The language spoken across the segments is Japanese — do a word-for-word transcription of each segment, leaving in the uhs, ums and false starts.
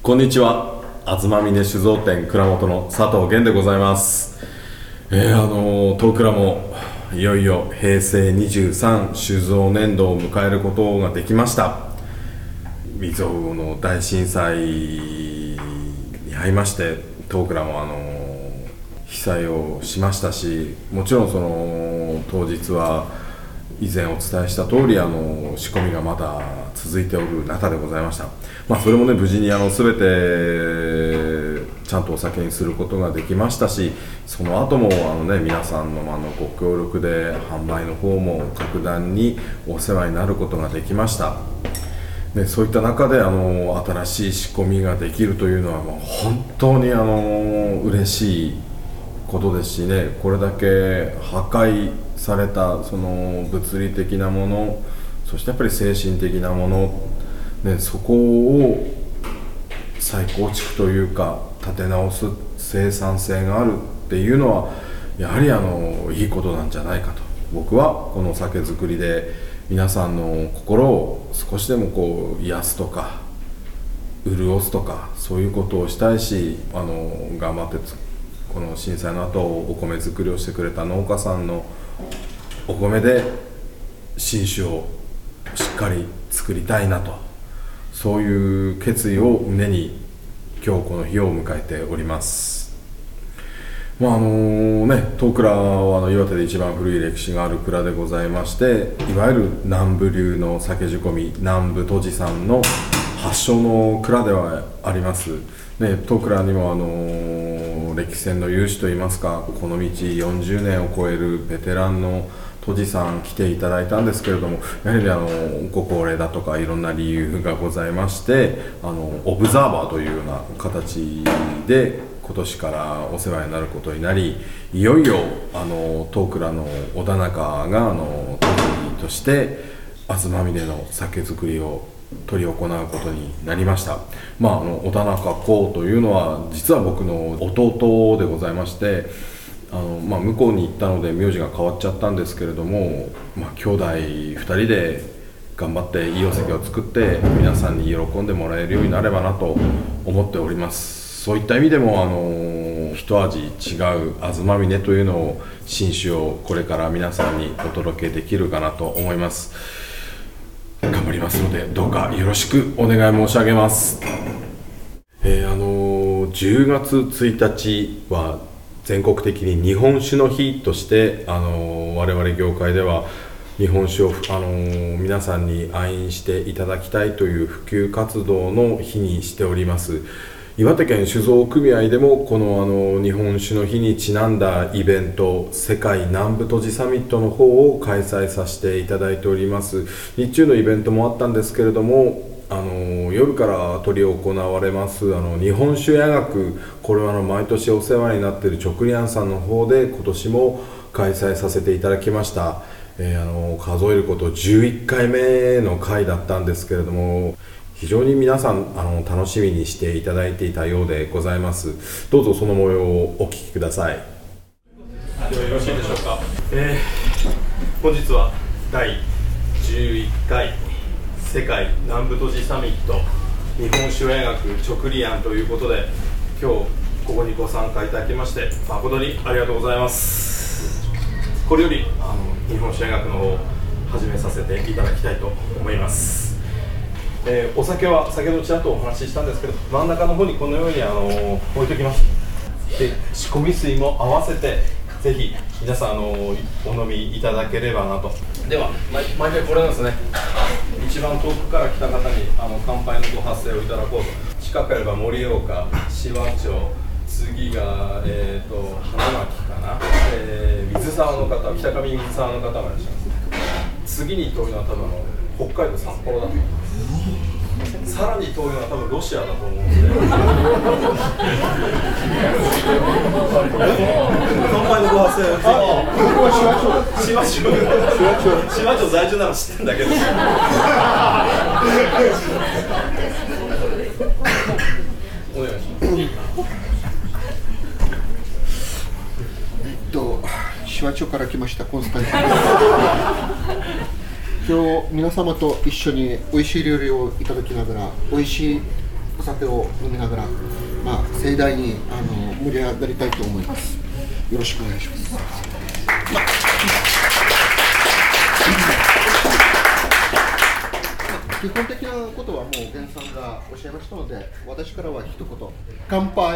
こんにちは。東峰酒造店蔵元の佐藤源でございます。えー、あの当蔵もいよいよへいせいにじゅうさん酒造年度を迎えることができました。未曾有の大震災に遭いまして、当蔵もあの被災をしましたし、もちろんその当日は以前お伝えした通りあの仕込みがまだ続いておる中でございました。まあ、それもね無事にあの全てちゃんとお酒にすることができましたし、その後もあの、ね、皆さんのあのご協力で販売の方も格段にお世話になることができました。でそういった中であの新しい仕込みができるというのはもう本当にあの嬉しいことですしね、これだけ破壊されたその物理的なもの、そしてやっぱり精神的なもの、ね、そこを再構築というか立て直す生産性があるっていうのはやはりあのいいことなんじゃないかと、僕はこのお酒造りで皆さんの心を少しでもこう癒すとか潤すとかそういうことをしたいし、あの頑張ってこの震災の後お米作りをしてくれた農家さんのお米で新酒をしっかり作りたいなと、そういう決意を胸に今日この日を迎えております。まああのね、当蔵はあの岩手で一番古い歴史がある蔵でございまして、いわゆる南部流の酒仕込み、南部杜氏さんの発祥の蔵ではあります。ね、当蔵にもあの歴戦の有志といいますか、この道よんじゅうねんを超えるベテランの杜氏さん来ていただいたんですけれども、やはりあのご高齢だとかいろんな理由がございまして、あのオブザーバーというような形で今年からお世話になることになり、いよいよあの当蔵の小田中があの杜氏として東峰の酒造りを執り行うことになりました。まあ、あの小田中公というのは実は僕の弟でございまして、あの、まあ、向こうに行ったので名字が変わっちゃったんですけれども、まあ、兄弟ふたりで頑張っていいお酒を作って皆さんに喜んでもらえるようになればなと思っております。そういった意味でもあの一味違う東峰というのを新酒をこれから皆さんにお届けできるかなと思います。頑張りますのでどうかよろしくお願い申し上げます。えー、あのじゅうがつついたちは全国的に日本酒の日として、あの我々業界では日本酒を、あの皆さんに愛飲していただきたいという普及活動の日にしております。岩手県酒造組合でもこの、あの日本酒の日にちなんだイベント、世界南部杜氏サミットの方を開催させていただいております。日中のイベントもあったんですけれども、あの夜から執り行われますあの日本酒夜学、これはあの毎年お世話になっている直リアンさんの方で今年も開催させていただきました。えー、あの数えることじゅういっかいめの回だったんですけれども、非常に皆さんあの楽しみにしていただいていたようでございます。どうぞその模様をお聞きください。ではよろしいでしょうか。えー、本日はだいじゅういっかい世界南部杜氏サミット日本酒夜学直リアンということで、今日ここにご参加いただきまして誠にありがとうございます。これよりあの日本酒夜学の方を始めさせていただきたいと思います。えー、お酒は先ほどちらっとお話ししたんですけど、真ん中の方にこのようにあの置いておきます。で仕込み水も合わせてぜひ皆さんあのお飲みいただければなと。では毎回これなんですね、一番遠くから来た方にあの乾杯のご発声をいただこうと。近ければ盛岡、紫波町、次が、えー、と花巻かな、えー、水沢の方、北上水沢の方がいらっしゃいます。次に遠いのは多分あの北海道札幌だと思います。さらに遠いのは多分ロシアだと思うので乾杯のご発声を紫波町紫波町在住なら知ってんだけどお願いします。 えっと紫波町から来ましたコンスタンティン今日皆様と一緒に美味しい料理をいただきながら美味しいお酒を飲みながら、まあ、盛大にあの盛り上がりたいと思います。よろしくお願いします。まあ基本的なことはもう源さんがおっしゃいましたので、私からは一言、乾杯。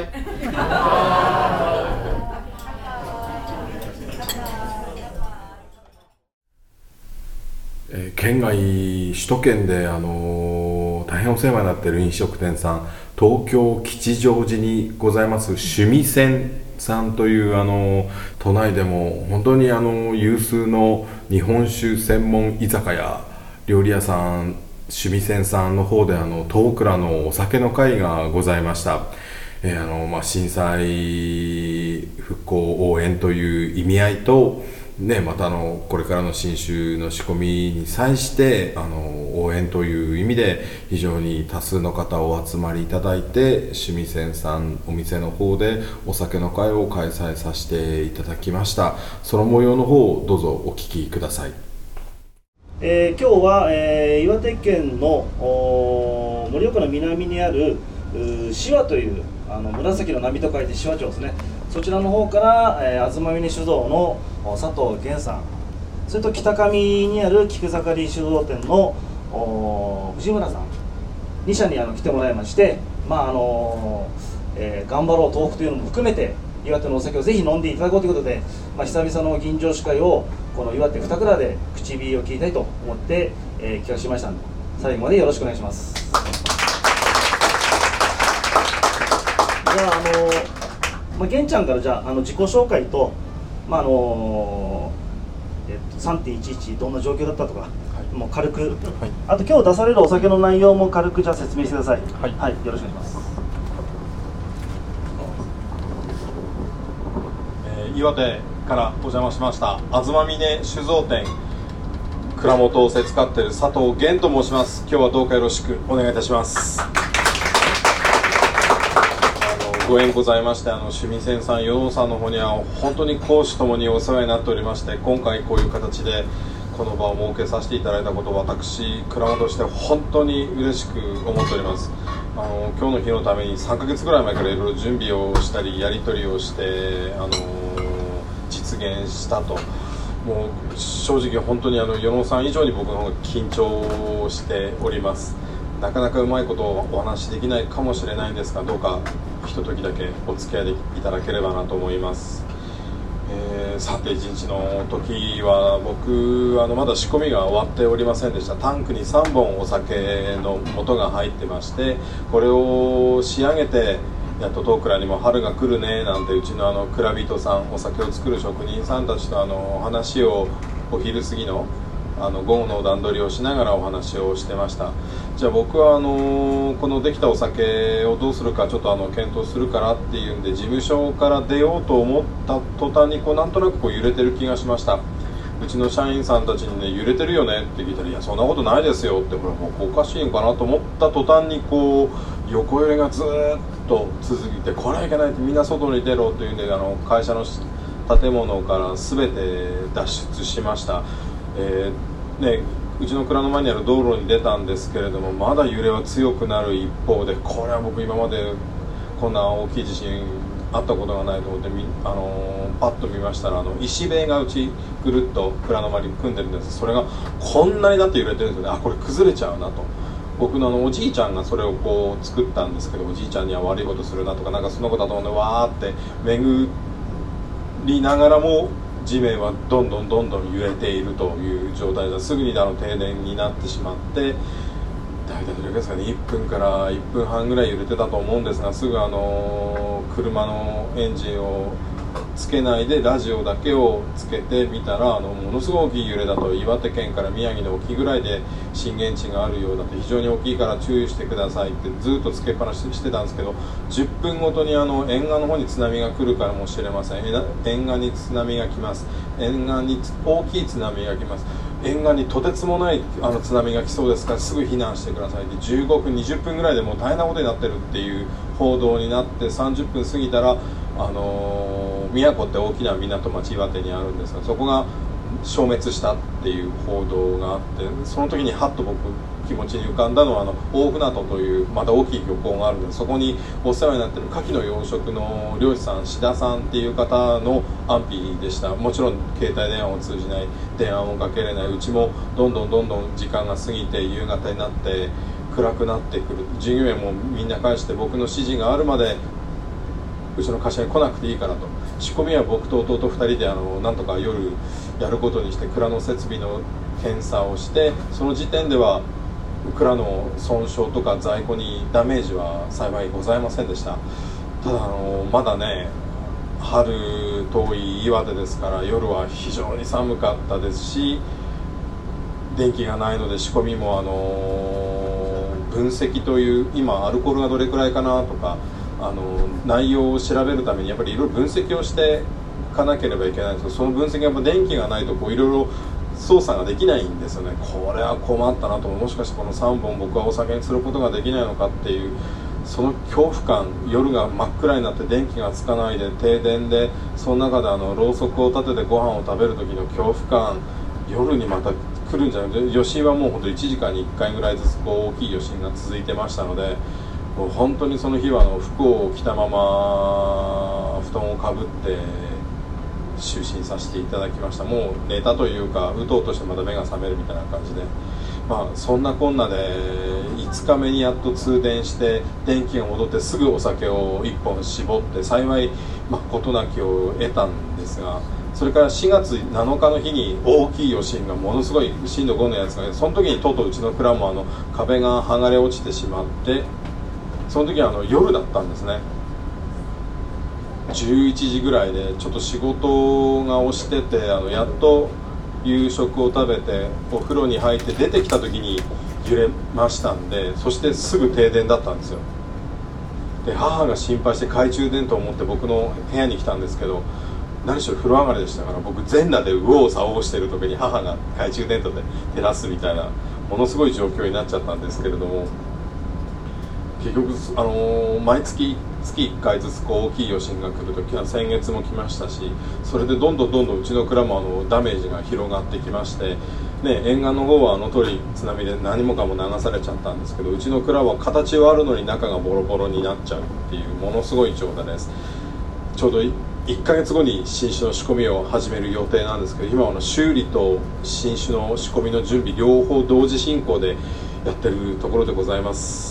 えー、県外、首都圏で、あのー、大変お世話になっている飲食店さん、東京吉祥寺にございます趣味船さんという、あのー、都内でも本当に、あのー、有数の日本酒専門居酒屋、料理屋さん、趣味船さんの方で、あの東倉のお酒の会がございました。えーあのまあ、震災復興応援という意味合いと、ね、またあのこれからの新酒の仕込みに際してあの応援という意味で非常に多数の方お集まりいただいて、趣味船さんお店の方でお酒の会を開催させていただきました。その模様の方をどうぞお聞きください。 えー、今日は、えー、岩手県の盛岡の南にある紫波というあの紫の波と書いて紫波町ですね。そちらの方から、えー、東峰酒造の佐藤源さん、それと北上にある菊盛り酒造店の藤村さんに社にあの来てもらいまして、まああのえー、頑張ろう東北というのも含めて岩手のお酒をぜひ飲んでいただこうということで、まあ、久々の吟醸酒会をこの岩手二倉で口火を切りたいと思って、えー、企画しましたので、最後までよろしくお願いします。じゃあ、あのまあ、玄ちゃんからじゃあ、あの自己紹介と、まああのえっと、さんてんいちいち どんな状況だったとか、はい、もう軽く、はい、あと今日出されるお酒の内容も軽くじゃあ説明してください。はい、はい、よろしくお願いします。 岩手からお邪魔しました東峰酒造店蔵元を扱っている佐藤源と申します。今日はどうかよろしくお願いいたします。あのご縁ございまして、あの趣味船さん、与野さんの方には本当に公私ともにお世話になっておりまして、今回こういう形でこの場を設けさせていただいたことを私蔵元として本当に嬉しく思っております。あの今日の日のためにさんかげつぐらい前からいろいろ準備をしたりやり取りをしてあの実現したと。もう正直本当にあの与野さん以上に僕の方が緊張しております。なかなかうまいことをお話しできないかもしれないんですが、どうかひとときだけお付き合いいただければなと思います。えー、さていちにちの時は僕あのまだ仕込みが終わっておりませんでした。タンクにさんぼんお酒の素が入ってまして、これを仕上げてやっと東倉にも春が来るねなんて、うちのあの蔵人さん、お酒を作る職人さんたちとあの話をお昼過ぎのあの午後の段取りをしながらお話をしてました。じゃあ僕はあのこのできたお酒をどうするかちょっとあの検討するからっていうんで、事務所から出ようと思った途端にこうなんとなくこう揺れてる気がしました。うちの社員さんたちにね、揺れてるよねって聞いたら、いやそんなことないですよって、これもうおかしいのかなと思った途端にこう横揺れがずーっと続いて、これはいけないって、みんな外に出ろというんで、あの会社の建物から全て脱出しました。えーね、うちの蔵の前にある道路に出たんですけれども、まだ揺れは強くなる一方で、これは僕今までこんな大きい地震あったことがないと思って、あのー、パッと見ましたら、あの石塀がうちぐるっと蔵の周りに組んでるんです。それがこんなになって揺れてるんですよね。あ、これ崩れちゃうなと。僕のあのおじいちゃんがそれをこう作ったんですけど、おじいちゃんには悪いことするなとか、なんかそんなことだと思うんで、わーって巡りながらも地面はどんどんどんどん揺れているという状態で、すぐにあの停電になってしまって、大体どれぐらいですかね、いっぷんからいっぷんはんぐらい揺れてたと思うんですが、すぐあの車のエンジンをつけないでラジオだけをつけてみたら、あのものすごい大きい揺れだと、岩手県から宮城の沖ぐらいで震源地があるようだと、非常に大きいから注意してくださいってずっとつけっぱなししてたんですけど、じゅっぷんごとにあの沿岸の方に津波が来るかもしれません。沿岸に津波が来ます。沿岸に大きい津波が来ます。沿岸にとてつもないあの津波が来そうですからすぐ避難してくださいって、じゅうごふんにじゅっぷんぐらいでもう大変なことになってるっていう報道になって、さんじゅっぷん過ぎたらあのー、宮古って大きな港町岩手にあるんですが、そこが消滅したっていう報道があって、その時にハッと僕気持ちに浮かんだのはあの大船渡というまた大きい漁港があるので、そこにお世話になっている牡蠣の養殖の漁師さん、志田さんっていう方の安否でした。もちろん携帯電話を通じない、電話もかけれない、うちもどんどんどんどん時間が過ぎて夕方になって暗くなってくる、従業員もみんな返して僕の指示があるまでうちの会社に来なくていいからと、仕込みは僕と弟ふたりであのなんとか夜やることにして蔵の設備の検査をして、その時点では蔵の損傷とか在庫にダメージは幸いございませんでした。ただあのまだね、春遠い岩手ですから夜は非常に寒かったですし、電気がないので仕込みもあの分析という、今アルコールがどれくらいかなとかあの内容を調べるためにやっぱりいろいろ分析をしていかなければいけないんですけど、その分析がやっぱ電気がないとこういろいろ操作ができないんですよね。これは困ったなと、もしかしてこのさんぼん僕はお酒にすることができないのかっていう、その恐怖感、夜が真っ暗になって電気がつかないで停電で、その中であのろうそくを立ててご飯を食べる時の恐怖感、夜にまた来るんじゃない、余震はもうほんといちじかんにいっかいぐらいずつこう大きい余震が続いてましたので、もう本当にその日はあの服を着たまま布団をかぶって就寝させていただきました。もう寝たというかうとうとしてまた目が覚めるみたいな感じで、まあそんなこんなでいつかめにやっと通電して電気が戻ってすぐお酒をいっぽん絞って幸い、まあ、事なきを得たんですが、それからしがつなのかの日に大きい余震がものすごい震度ごのやつが、その時にとうとううちの蔵もあの壁が剥がれ落ちてしまって、その時はあの夜だったんですね。じゅういちじぐらいでちょっと仕事が押してて、あのやっと夕食を食べてお風呂に入って出てきた時に揺れましたんで、そしてすぐ停電だったんですよ。で母が心配して懐中電灯を持って僕の部屋に来たんですけど、何しろ風呂上がりでしたから、僕全裸で右往左往してる時に母が懐中電灯で照らすみたいなものすごい状況になっちゃったんですけれども、結局、あのー、毎月月いっかいずつこう大きい余震が来るときは先月も来ましたし、それでどんどんどんどんうちの蔵もあのダメージが広がってきまして、ね、沿岸の方はあの通り津波で何もかも流されちゃったんですけど、うちの蔵は形はあるのに中がボロボロになっちゃうっていうものすごい状態です。ちょうどいっかげつごに新酒の仕込みを始める予定なんですけど、今はの修理と新酒の仕込みの準備両方同時進行でやってるところでございます。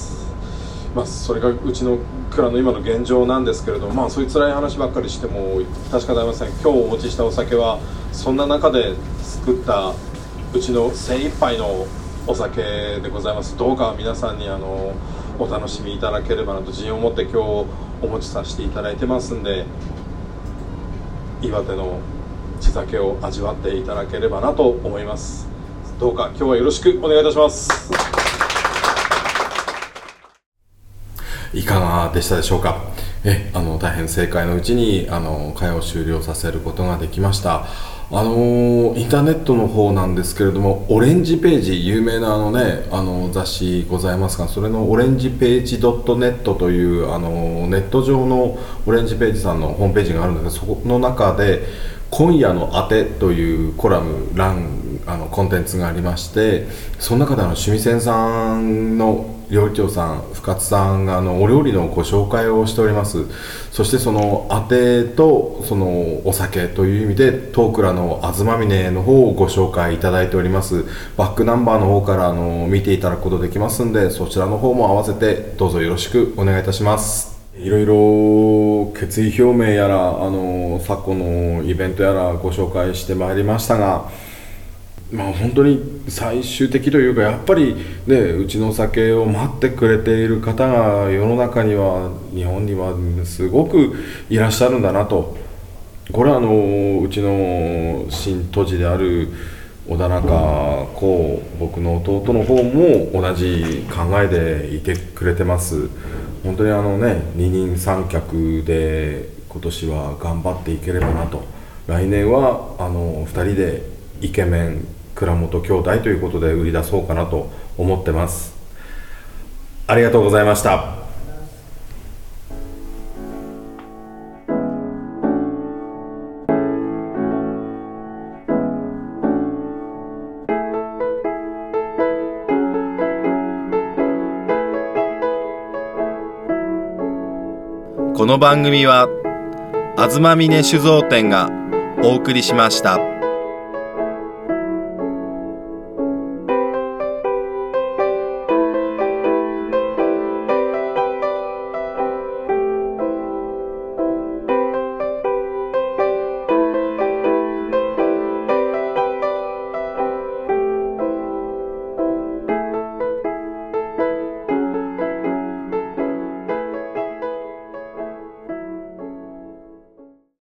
まあ、それがうちの蔵の今の現状なんですけれども、まあ、そういう辛い話ばっかりしても確かでありません。今日お持ちしたお酒はそんな中で作ったうちの精一杯のお酒でございます。どうか皆さんにあのお楽しみいただければなと自信を持って今日お持ちさせていただいてますんで、岩手の地酒を味わっていただければなと思います。どうか今日はよろしくお願いいたします。 いかがでしたでしょうか。えあの大変正解のうちにあの会を終了させることができました。あのインターネットの方なんですけれども、オレンジページ、有名なあの、ね、あの雑誌ございますが、それのオレンジページ .net というあのネット上のオレンジページさんのホームページがあるんですが、そこの中で今夜のあてというコラム欄あのコンテンツがありまして、その中であの趣味仙さんの料理長さん、深津さんがあのお料理のご紹介をしております。そしてそのあてとそのお酒という意味で東倉のあずまみねの方をご紹介いただいております。バックナンバーの方からあの見ていただくことできますんで、そちらの方も合わせてどうぞよろしくお願いいたします。いろいろ決意表明やらあの昨今のイベントやらご紹介してまいりましたが、まあ、本当に最終的というか、やっぱり、ね、うちのお酒を待ってくれている方が世の中には日本にはすごくいらっしゃるんだなと。これはあのうちの新杜氏である小田中公、僕の弟の方も同じ考えでいてくれてます。本当にあのね、二人三脚で今年は頑張っていければなと。来年はあのふたりでイケメン倉本兄弟ということで売り出そうかなと思ってます。ありがとうございました。 この番組は東峰酒造店がお送りしました。